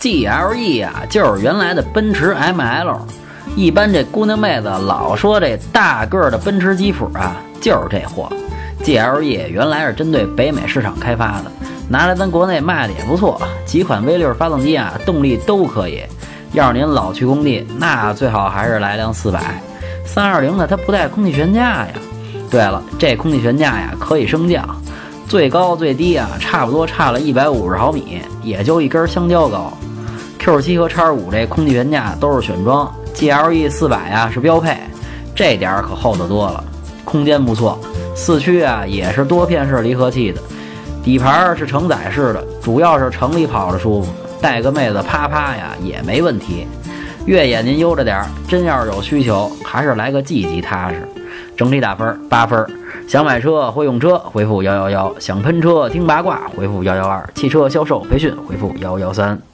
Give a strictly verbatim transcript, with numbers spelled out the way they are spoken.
G L E 啊，就是原来的奔驰 M L。一般这姑娘妹子老说这大个的奔驰吉普啊，就是这货。G L E 原来是针对北美市场开发的，拿来咱国内卖的也不错。几款 V 六 发动机啊，动力都可以。要是您老去工地，那最好还是来辆四百。三二零的它不带空气悬架呀。对了，这空气悬架呀可以升降，最高最低啊差不多差了一百五十毫米，也就一根香蕉高。Q 七 和 X 五 这空气悬架都是选装 ，G L E 四百啊是标配，这点可厚得多了，空间不错。四驱啊也是多片式离合器的，底盘是承载式的，主要是城里跑着舒服，带个妹子啪啪呀也没问题。越野您悠着点，真要是有需求，还是来个 G 级踏实。整体打分八分。想买车会用车回复幺幺幺，想喷车听八卦回复幺幺二，汽车销售培训回复幺幺三。